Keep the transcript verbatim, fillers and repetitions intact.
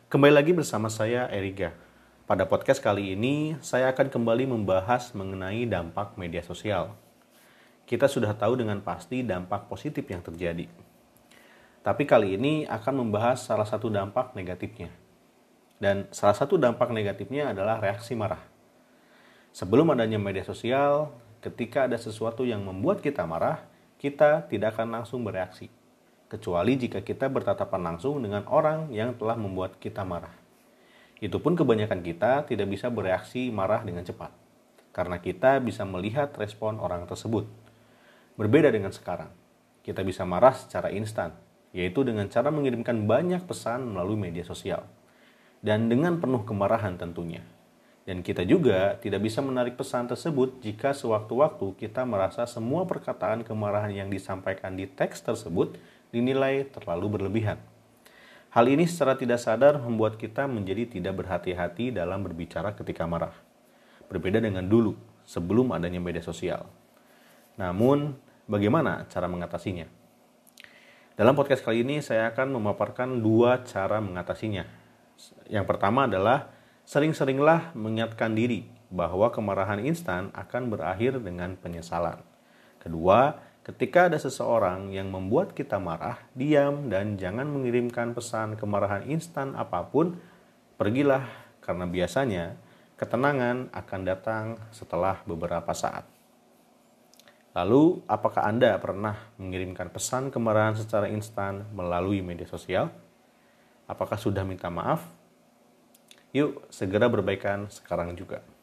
Kembali lagi bersama saya, Eriga. Pada podcast kali ini, saya akan kembali membahas mengenai dampak media sosial. Kita sudah tahu dengan pasti dampak positif yang terjadi. Tapi kali ini akan membahas salah satu dampak negatifnya. Dan salah satu dampak negatifnya adalah reaksi marah. Sebelum adanya media sosial, ketika ada sesuatu yang membuat kita marah, kita tidak akan langsung bereaksi. Kecuali jika kita bertatapan langsung dengan orang yang telah membuat kita marah. Itu pun kebanyakan kita tidak bisa bereaksi marah dengan cepat, karena kita bisa melihat respon orang tersebut. Berbeda dengan sekarang, kita bisa marah secara instan, yaitu dengan cara mengirimkan banyak pesan melalui media sosial. Dan dengan penuh kemarahan tentunya. Dan kita juga tidak bisa menarik pesan tersebut jika sewaktu-waktu kita merasa semua perkataan kemarahan yang disampaikan di teks tersebut dinilai terlalu berlebihan. Hal ini secara tidak sadar membuat kita menjadi tidak berhati-hati dalam berbicara ketika marah. Berbeda dengan dulu, sebelum adanya media sosial. Namun, bagaimana cara mengatasinya? Dalam podcast kali ini saya akan memaparkan dua cara mengatasinya. Yang pertama adalah sering-seringlah mengingatkan diri bahwa kemarahan instan akan berakhir dengan penyesalan. Kedua, ketika ada seseorang yang membuat kita marah, diam dan jangan mengirimkan pesan kemarahan instan apapun, pergilah karena biasanya ketenangan akan datang setelah beberapa saat. Lalu, apakah Anda pernah mengirimkan pesan kemarahan secara instan melalui media sosial? Apakah sudah minta maaf? Yuk, segera berbaikan sekarang juga.